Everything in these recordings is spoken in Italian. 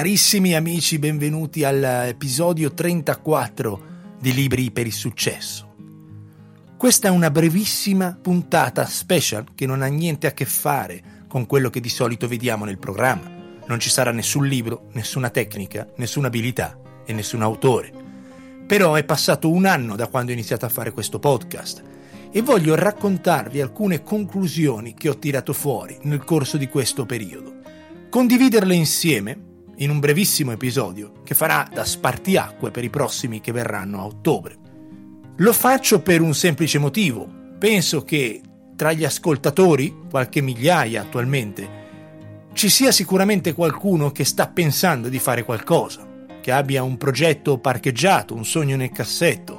Carissimi amici, benvenuti all'episodio 34 di Libri per il Successo. Questa è una brevissima puntata special che non ha niente a che fare con quello che di solito vediamo nel programma. Non ci sarà nessun libro, nessuna tecnica, nessuna abilità e nessun autore. Però è passato un anno da quando ho iniziato a fare questo podcast e voglio raccontarvi alcune conclusioni che ho tirato fuori nel corso di questo periodo. Condividerle insieme in un brevissimo episodio che farà da spartiacque per i prossimi che verranno a ottobre. Lo faccio per un semplice motivo. Penso che tra gli ascoltatori, qualche migliaia attualmente, ci sia sicuramente qualcuno che sta pensando di fare qualcosa, che abbia un progetto parcheggiato, un sogno nel cassetto.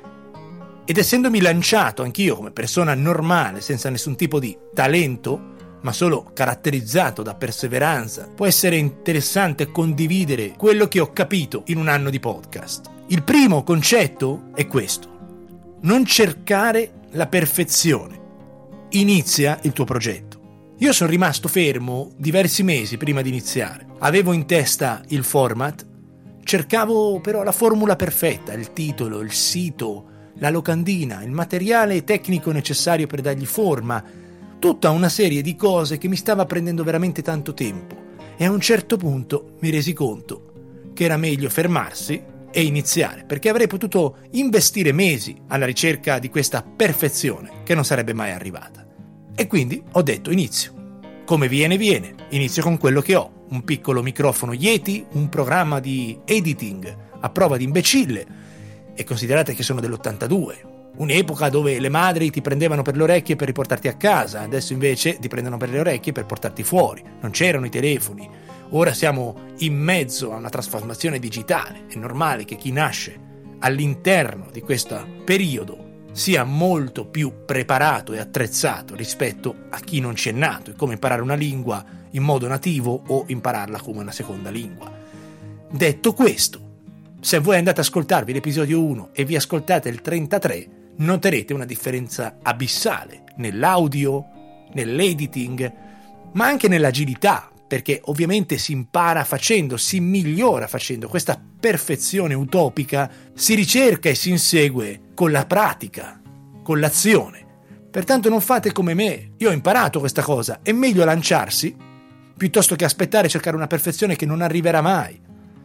Ed essendomi lanciato anch'io come persona normale, senza nessun tipo di talento, ma solo caratterizzato da perseveranza, può essere interessante condividere quello che ho capito in un anno di podcast. Il primo concetto è questo: non cercare la perfezione. Inizia il tuo progetto. Io sono rimasto fermo diversi mesi prima di iniziare. Avevo in testa il format, cercavo però la formula perfetta, il titolo, il sito, la locandina, il materiale tecnico necessario per dargli forma, tutta una serie di cose che mi stava prendendo veramente tanto tempo, e a un certo punto mi resi conto che era meglio fermarsi e iniziare, perché avrei potuto investire mesi alla ricerca di questa perfezione che non sarebbe mai arrivata. E quindi ho detto inizio. Come viene, inizio con quello che ho: un piccolo microfono Yeti, un programma di editing a prova di imbecille, e considerate che sono dell'82, un'epoca dove le madri ti prendevano per le orecchie per riportarti a casa, adesso invece ti prendono per le orecchie per portarti fuori. Non c'erano i telefoni, ora siamo in mezzo a una trasformazione digitale. È normale che chi nasce all'interno di questo periodo sia molto più preparato e attrezzato rispetto a chi non ci è nato. È come imparare una lingua in modo nativo o impararla come una seconda lingua. Detto questo, se voi andate ad ascoltarvi l'episodio 1 e vi ascoltate il 33, noterete una differenza abissale nell'audio, nell'editing, ma anche nell'agilità, perché ovviamente si impara facendo, si migliora facendo. Questa perfezione utopica si ricerca e si insegue con la pratica, con l'azione. Pertanto non fate come me. Io ho imparato questa cosa: è meglio lanciarsi piuttosto che aspettare e cercare una perfezione che non arriverà mai.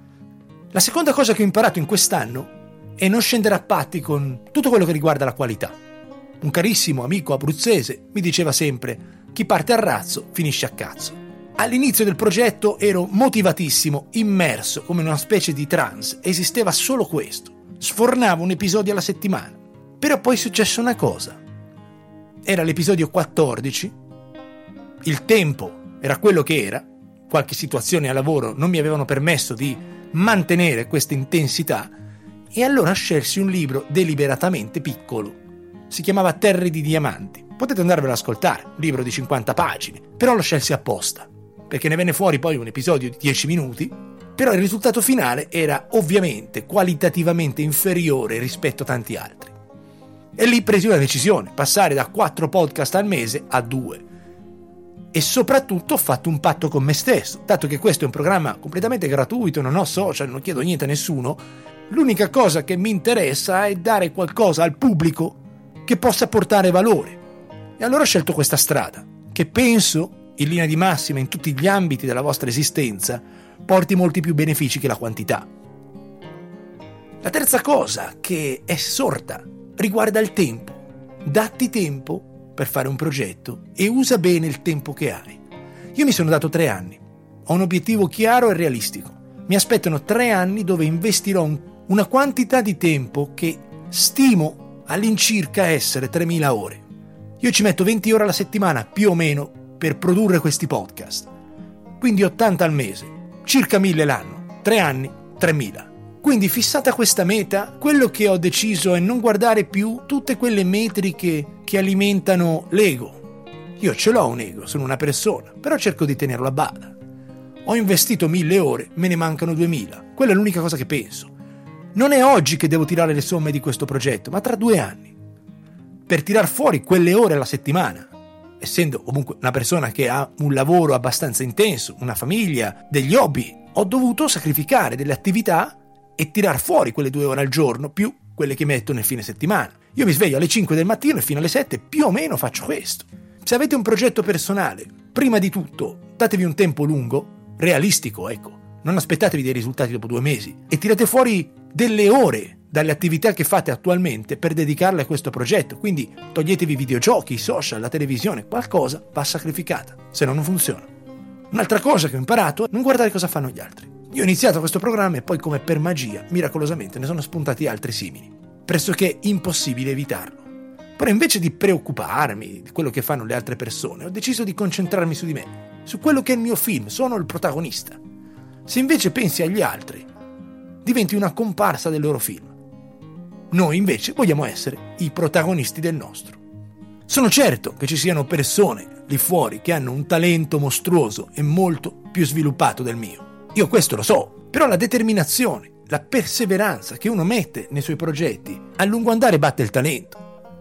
La seconda cosa che ho imparato in quest'anno è non scendere a patti con tutto quello che riguarda la qualità. Un carissimo amico abruzzese mi diceva sempre: chi parte a razzo finisce a cazzo. All'inizio del progetto ero motivatissimo, immerso come in una specie di trance, esisteva solo questo. Sfornavo un episodio alla settimana. Però poi è successa una cosa. Era l'episodio 14, il tempo era quello che era, qualche situazione a lavoro non mi avevano permesso di mantenere questa intensità, e allora scelsi un libro deliberatamente piccolo. Si chiamava Terre di Diamanti. Potete andarvelo ad ascoltare, un libro di 50 pagine, però lo scelsi apposta, perché ne venne fuori poi un episodio di 10 minuti, però il risultato finale era ovviamente qualitativamente inferiore rispetto a tanti altri. E lì presi una decisione: passare da 4 podcast al mese a 2. E soprattutto ho fatto un patto con me stesso. Dato che questo è un programma completamente gratuito, non ho social, non chiedo niente a nessuno, l'unica cosa che mi interessa è dare qualcosa al pubblico che possa portare valore. E allora ho scelto questa strada, che penso, in linea di massima in tutti gli ambiti della vostra esistenza, porti molti più benefici che la quantità. La terza cosa che è sorta riguarda il tempo. Datti tempo per fare un progetto e usa bene il tempo che hai. Io mi sono dato 3 anni. Ho un obiettivo chiaro e realistico. Mi aspettano 3 anni dove investirò una quantità di tempo che stimo all'incirca essere 3.000 ore. Io ci metto 20 ore alla settimana più o meno per produrre questi podcast. Quindi 80 al mese, circa 1.000 l'anno. 3 anni, 3.000. Quindi, fissata questa meta, quello che ho deciso è non guardare più tutte quelle metriche che alimentano l'ego. Io ce l'ho un ego, sono una persona, però cerco di tenerlo a bada. Ho investito 1.000 ore, me ne mancano 2.000. Quella è l'unica cosa che penso. Non è oggi che devo tirare le somme di questo progetto, ma tra 2 anni. Per tirar fuori quelle ore alla settimana. essendo comunque una persona che ha un lavoro abbastanza intenso, una famiglia, degli hobby, ho dovuto sacrificare delle attività e tirar fuori quelle 2 ore al giorno più quelle che metto nel fine settimana. Io mi sveglio alle 5 del mattino e fino alle 7 più o meno faccio questo. Se avete un progetto personale, prima di tutto datevi un tempo lungo, realistico, ecco. Non aspettatevi dei risultati dopo 2 mesi e tirate fuori delle ore dalle attività che fate attualmente per dedicarle a questo progetto. Quindi toglietevi i videogiochi, i social, la televisione, qualcosa va sacrificata, se no non funziona. Un'altra cosa che ho imparato è non guardare cosa fanno gli altri. Io ho iniziato questo programma e poi come per magia, miracolosamente, ne sono spuntati altri simili. Pressoché impossibile evitarlo. Però invece di preoccuparmi di quello che fanno le altre persone, ho deciso di concentrarmi su di me, su quello che è il mio film, sono il protagonista. Se invece pensi agli altri, diventi una comparsa del loro film. Noi invece vogliamo essere i protagonisti del nostro. Sono certo che ci siano persone lì fuori che hanno un talento mostruoso e molto più sviluppato del mio. Io questo lo so, però la determinazione, la perseveranza che uno mette nei suoi progetti, a lungo andare batte il talento.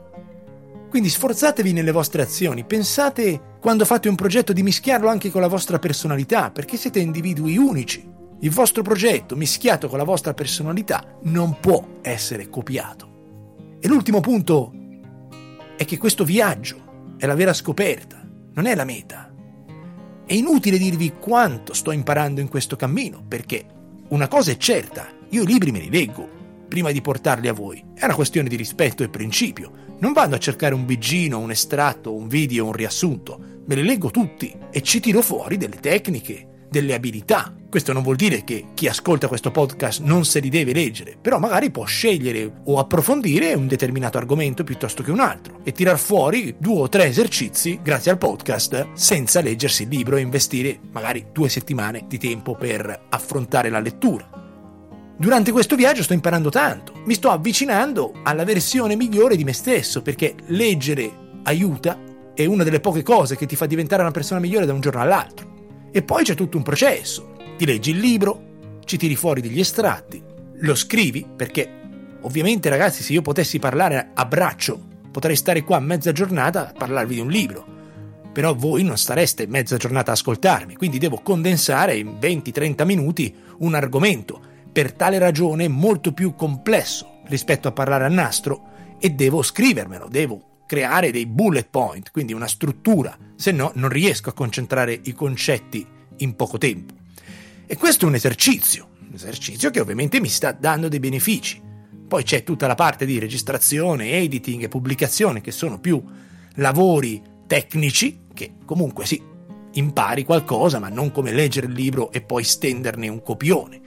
Quindi sforzatevi nelle vostre azioni, pensate quando fate un progetto di mischiarlo anche con la vostra personalità, perché siete individui unici. Il vostro progetto mischiato con la vostra personalità non può essere copiato. E l'ultimo punto è che questo viaggio è la vera scoperta, non è la meta. È inutile dirvi quanto sto imparando in questo cammino, perché una cosa è certa, io i libri me li leggo prima di portarli a voi. È una questione di rispetto e principio. Non vado a cercare un biggino, un estratto, un video, un riassunto. Me li leggo tutti e ci tiro fuori delle tecniche, delle abilità. Questo non vuol dire che chi ascolta questo podcast non se li deve leggere, però magari può scegliere o approfondire un determinato argomento piuttosto che un altro e tirar fuori 2 o 3 esercizi grazie al podcast senza leggersi il libro e investire magari 2 settimane di tempo per affrontare la lettura. Durante questo viaggio sto imparando tanto, mi sto avvicinando alla versione migliore di me stesso, perché leggere aiuta, è una delle poche cose che ti fa diventare una persona migliore da un giorno all'altro. E poi c'è tutto un processo, ti leggi il libro, ci tiri fuori degli estratti, lo scrivi, perché ovviamente ragazzi se io potessi parlare a braccio potrei stare qua mezza giornata a parlarvi di un libro, però voi non stareste mezza giornata a ascoltarmi, quindi devo condensare in 20-30 minuti un argomento. Per tale ragione è molto più complesso rispetto a parlare a nastro e devo scrivermelo, devo creare dei bullet point, quindi una struttura, se no non riesco a concentrare i concetti in poco tempo. E questo è un esercizio che ovviamente mi sta dando dei benefici. Poi c'è tutta la parte di registrazione, editing e pubblicazione che sono più lavori tecnici che comunque sì, impari qualcosa ma non come leggere il libro e poi stenderne un copione.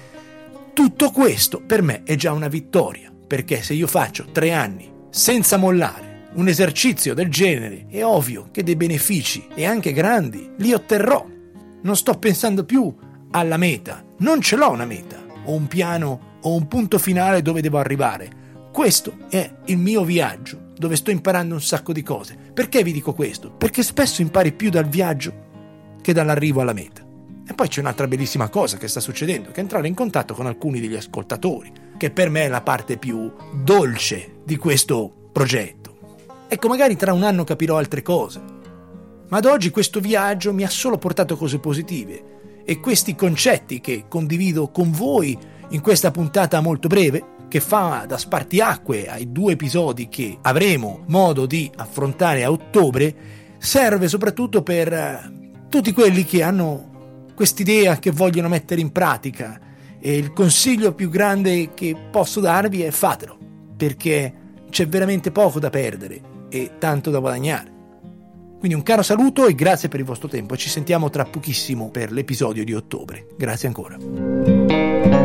Tutto questo per me è già una vittoria, perché se io faccio 3 anni senza mollare un esercizio del genere, è ovvio che dei benefici, e anche grandi, li otterrò. Non sto pensando più alla meta, non ce l'ho una meta, o un piano, o un punto finale dove devo arrivare. Questo è il mio viaggio, dove sto imparando un sacco di cose. Perché vi dico questo? Perché spesso impari più dal viaggio che dall'arrivo alla meta. E poi c'è un'altra bellissima cosa che sta succedendo, che è entrare in contatto con alcuni degli ascoltatori, che per me è la parte più dolce di questo progetto. Ecco, magari tra un anno capirò altre cose, ma ad oggi questo viaggio mi ha solo portato cose positive e questi concetti che condivido con voi in questa puntata molto breve, che fa da spartiacque ai 2 episodi che avremo modo di affrontare a ottobre, serve soprattutto per tutti quelli che hanno quest'idea che vogliono mettere in pratica, e il consiglio più grande che posso darvi è fatelo, perché c'è veramente poco da perdere e tanto da guadagnare. Quindi un caro saluto e grazie per il vostro tempo e ci sentiamo tra pochissimo per l'episodio di ottobre. Grazie ancora.